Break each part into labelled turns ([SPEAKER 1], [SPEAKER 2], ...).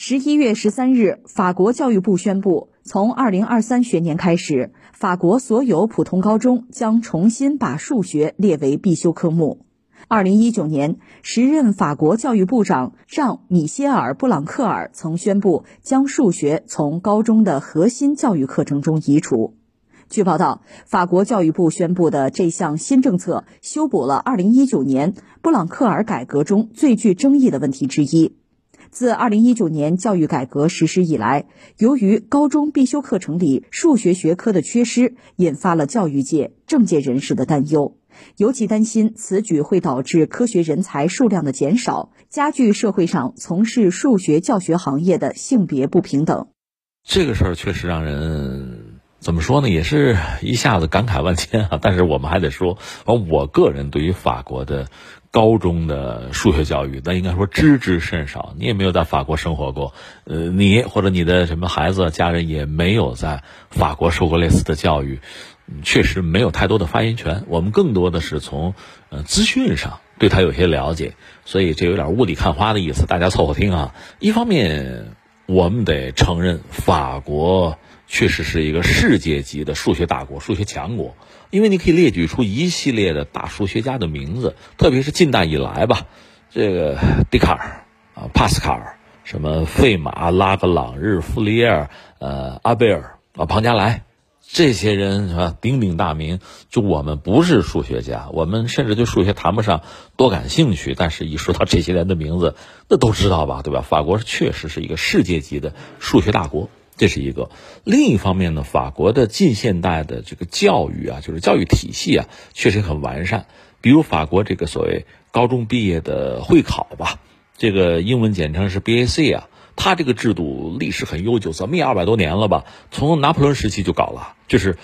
[SPEAKER 1] 11月13日，法国教育部宣布，从2023学年开始，法国所有普通高中将重新把数学列为必修科目。2019年，时任法国教育部长让·米歇尔·布朗克尔曾宣布将数学从高中的核心教育课程中移除。据报道，法国教育部宣布的这项新政策修补了2019年布朗克尔改革中最具争议的问题之一。自2019年教育改革实施以来，由于高中必修课程里数学学科的缺失，引发了教育界、政界人士的担忧，尤其担心此举会导致科学人才数量的减少，加剧社会上从事数学教学行业的性别不平等。
[SPEAKER 2] 这个事儿确实让人怎么说呢，也是一下子感慨万千啊。但是我们还得说，我个人对于法国的高中的数学教育，那应该说知之甚少。你也没有在法国生活过，你或者你的什么孩子家人也没有在法国受过类似的教育，确实没有太多的发言权。我们更多的是从资讯上对他有些了解，所以这有点雾里看花的意思，大家凑合听啊。一方面我们得承认，法国确实是一个世界级的数学大国、数学强国，因为你可以列举出一系列的大数学家的名字，特别是近代以来吧，这个笛卡尔啊、帕斯卡尔、什么费马、拉格朗日、傅里叶尔、阿贝尔啊、庞加莱，这些人是吧，鼎鼎大名。就我们不是数学家，我们甚至对数学谈不上多感兴趣，但是一说到这些人的名字，那都知道吧，对吧？法国确实是一个世界级的数学大国。这是一个。另一方面呢，法国的近现代的这个教育啊，就是教育体系啊，确实很完善。比如法国这个所谓高中毕业的会考吧，这个英文简称是 BAC 啊，它这个制度历史很悠久，怎么也200多年了吧，从拿破仑时期就搞了，就是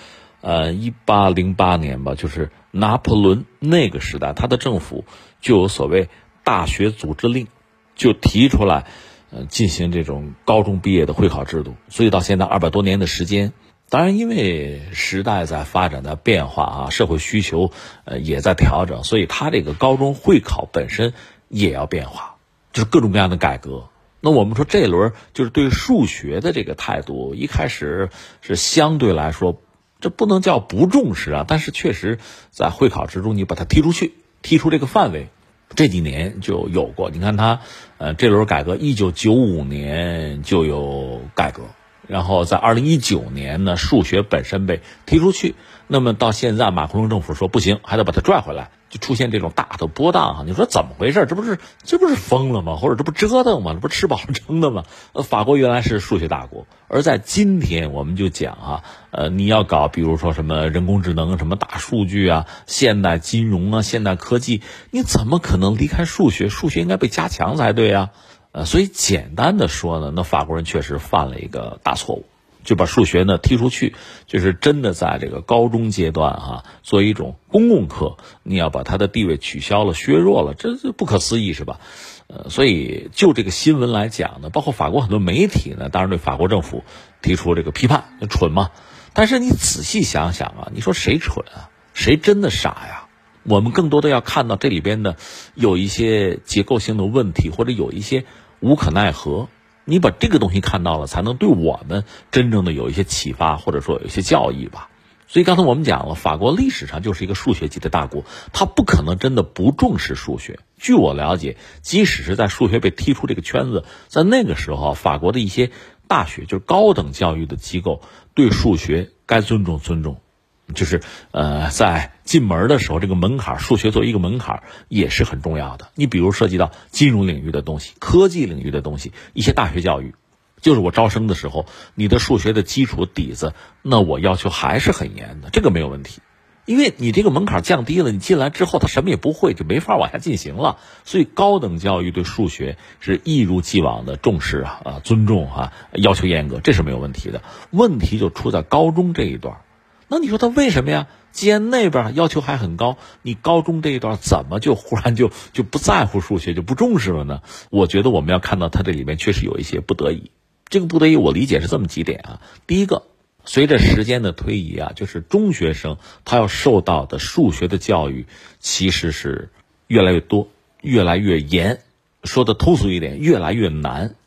[SPEAKER 2] 1808年吧，就是拿破仑那个时代，他的政府就有所谓大学组织令，就提出来进行这种高中毕业的会考制度。所以到现在200多年的时间，当然因为时代在发展在变化啊，社会需求也在调整，所以他这个高中会考本身也要变化，就是各种各样的改革。那我们说这一轮就是对数学的这个态度，一开始是相对来说，这不能叫不重视啊，但是确实在会考之中你把它踢出去，踢出这个范围，这几年就有过。你看他这轮改革1995年就有改革，然后在2019年呢，数学本身被踢出去，那么到现在马克龙政府说不行，还得把它拽回来，就出现这种大的波荡啊。你说怎么回事？这不是疯了吗？或者这不折腾吗？这不吃饱了撑的吗？法国原来是数学大国，而在今天我们就讲啊，你要搞比如说什么人工智能、什么大数据啊、现代金融啊、现代科技，你怎么可能离开数学？数学应该被加强才对啊。所以简单的说呢，那法国人确实犯了一个大错误，就把数学呢踢出去，就是真的在这个高中阶段作为一种公共课，你要把它的地位取消了、削弱了，这不可思议是吧？所以就这个新闻来讲呢，包括法国很多媒体呢，当然对法国政府提出这个批判，蠢嘛。但是你仔细想想啊，你说谁蠢啊？谁真的傻呀？我们更多的要看到这里边的有一些结构性的问题，或者有一些无可奈何。你把这个东西看到了，才能对我们真正的有一些启发，或者说有一些教益吧。所以刚才我们讲了，法国历史上就是一个数学级的大国，它不可能真的不重视数学。据我了解，即使是在数学被踢出这个圈子，在那个时候，法国的一些大学，就是高等教育的机构，对数学该尊重尊重。就是在进门的时候，这个门槛，数学作为一个门槛也是很重要的。你比如涉及到金融领域的东西、科技领域的东西，一些大学教育，就是我招生的时候，你的数学的基础底子，那我要求还是很严的，这个没有问题。因为你这个门槛降低了，你进来之后他什么也不会，就没法往下进行了。所以高等教育对数学是一如既往的重视尊重要求严格，这是没有问题的。问题就出在高中这一段。那你说他为什么呀？既然那边要求还很高，你高中这一段怎么就忽然就不在乎数学，就不重视了呢？我觉得我们要看到他这里面确实有一些不得已。这个不得已我理解是这么几点啊。第一个，随着时间的推移就是中学生他要受到的数学的教育其实是越来越多，越来越严，说的通俗一点，越来越难。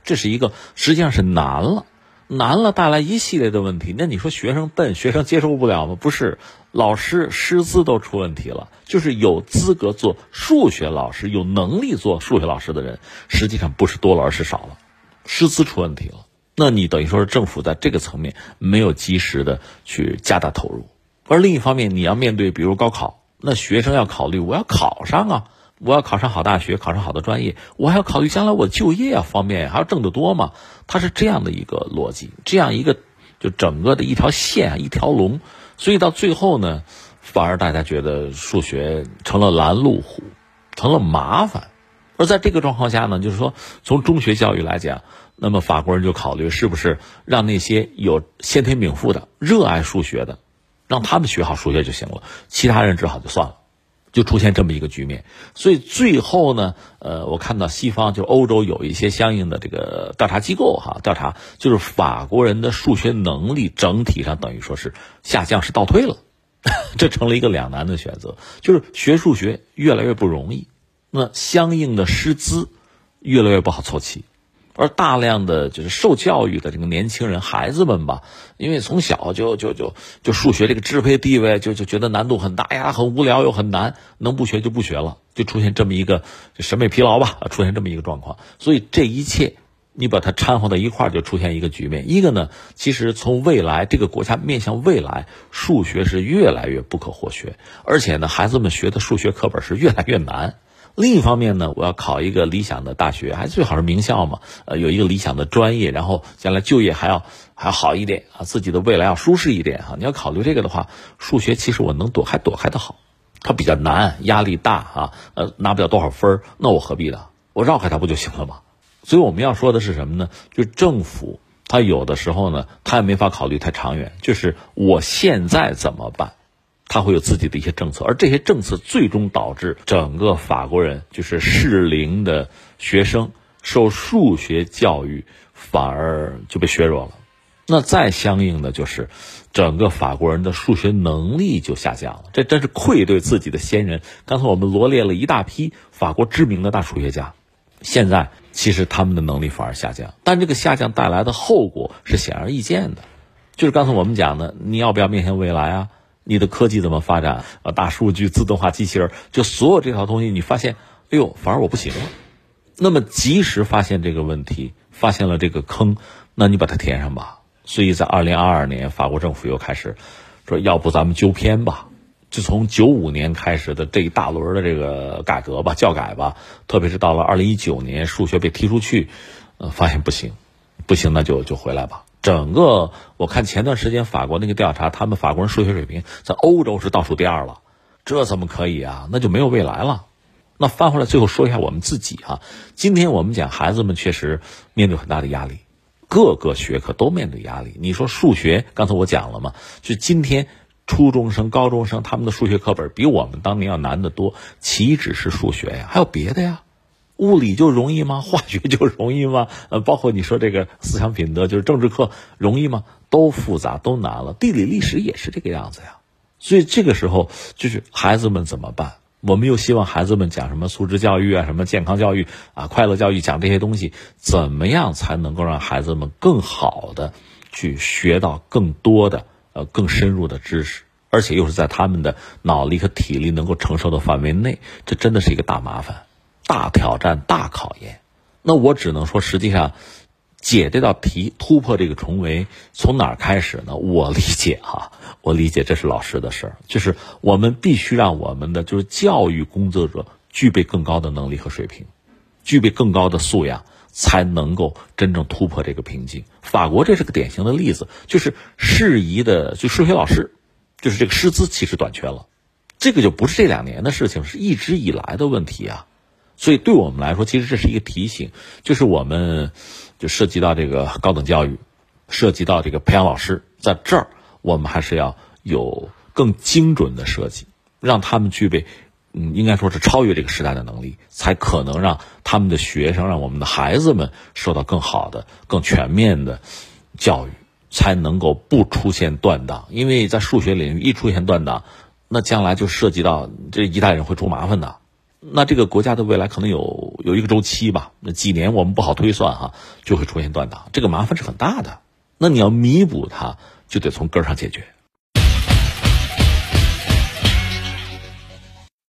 [SPEAKER 2] 这是一个实际上是难了带来一系列的问题。那你说学生笨，学生接受不了吗？不是，老师师资都出问题了，就是有资格做数学老师、有能力做数学老师的人，实际上不是多了而是少了，师资出问题了。那你等于说是政府在这个层面没有及时的去加大投入。而另一方面，你要面对比如高考，那学生要考虑我要考上啊，我要考上好大学，考上好的专业，我还要考虑将来我就业啊方面还要挣得多嘛。它是这样的一个逻辑，这样一个就整个的一条线一条龙。所以到最后呢，反而大家觉得数学成了拦路虎，成了麻烦。而在这个状况下呢，就是说从中学教育来讲，那么法国人就考虑是不是让那些有先天禀赋的热爱数学的，让他们学好数学就行了，其他人只好就算了，就出现这么一个局面。所以最后呢，我看到西方就欧洲有一些相应的这个调查机构调查，就是法国人的数学能力整体上等于说是下降，是倒退了。这成了一个两难的选择，就是学数学越来越不容易，那相应的师资越来越不好凑齐。而大量的就是受教育的这个年轻人孩子们吧，因为从小就数学这个支配地位就觉得难度很大呀，很无聊又很难，能不学就不学了，就出现这么一个审美疲劳吧，出现这么一个状况。所以这一切你把它掺和到一块儿，就出现一个局面。一个呢，其实从未来这个国家面向未来，数学是越来越不可或缺，而且呢，孩子们学的数学课本是越来越难。另一方面呢，我要考一个理想的大学，还最好是名校嘛，有一个理想的专业，然后将来就业还要好一点啊，自己的未来要舒适一点啊。你要考虑这个的话，数学其实我能躲开的好，它比较难，压力大啊，拿不了多少分，那我何必呢？我绕开它不就行了吗？所以我们要说的是什么呢？就是政府它有的时候呢，它也没法考虑太长远，就是我现在怎么办？他会有自己的一些政策，而这些政策最终导致整个法国人就是适龄的学生受数学教育反而就被削弱了。那再相应的就是整个法国人的数学能力就下降了，这真是愧对自己的先人。刚才我们罗列了一大批法国知名的大数学家，现在其实他们的能力反而下降，但这个下降带来的后果是显而易见的，就是刚才我们讲的，你要不要面向未来啊？你的科技怎么发展大数据、自动化机器人，就所有这套东西，你发现，哎呦，反而我不行了。那么及时发现这个问题，发现了这个坑，那你把它填上吧。所以在2022年，法国政府又开始说，要不咱们纠偏吧。就从95年开始的这一大轮的这个改革吧、教改吧，特别是到了2019年，数学被踢出去，发现不行，那就回来吧。整个我看前段时间法国那个调查，他们法国人数学水平在欧洲是倒数第2了，这怎么可以啊？那就没有未来了。那翻回来最后说一下我们自己今天我们讲孩子们确实面对很大的压力，各个学科都面对压力。你说数学，刚才我讲了嘛，就今天初中生、高中生他们的数学课本比我们当年要难得多，岂止是数学呀，还有别的呀。物理就容易吗？化学就容易吗？包括你说这个思想品德，就是政治课容易吗？都复杂，都难了。地理历史也是这个样子呀。所以这个时候就是孩子们怎么办？我们又希望孩子们讲什么素质教育啊，什么健康教育啊，快乐教育，讲这些东西，怎么样才能够让孩子们更好的去学到更多的更深入的知识，而且又是在他们的脑力和体力能够承受的范围内，这真的是一个大麻烦。大挑战、大考验。那我只能说，实际上解这道题、突破这个重围，从哪儿开始呢？我理解这是老师的事儿，就是我们必须让我们的就是教育工作者具备更高的能力和水平，具备更高的素养，才能够真正突破这个瓶颈。法国这是个典型的例子，就是适宜的就数学老师，就是这个师资其实短缺了，这个就不是这2年的事情，是一直以来的问题啊。所以对我们来说，其实这是一个提醒，就是我们就涉及到这个高等教育，涉及到这个培养老师，在这儿我们还是要有更精准的设计，让他们具备应该说是超越这个时代的能力，才可能让他们的学生，让我们的孩子们受到更好的、更全面的教育，才能够不出现断档。因为在数学领域一出现断档，那将来就涉及到这一代人会出麻烦的。 那这个国家的未来可能有一个周期吧，那几年我们不好推算哈，就会出现断档，这个麻烦是很大的。那你要弥补它，就得从根儿上解决。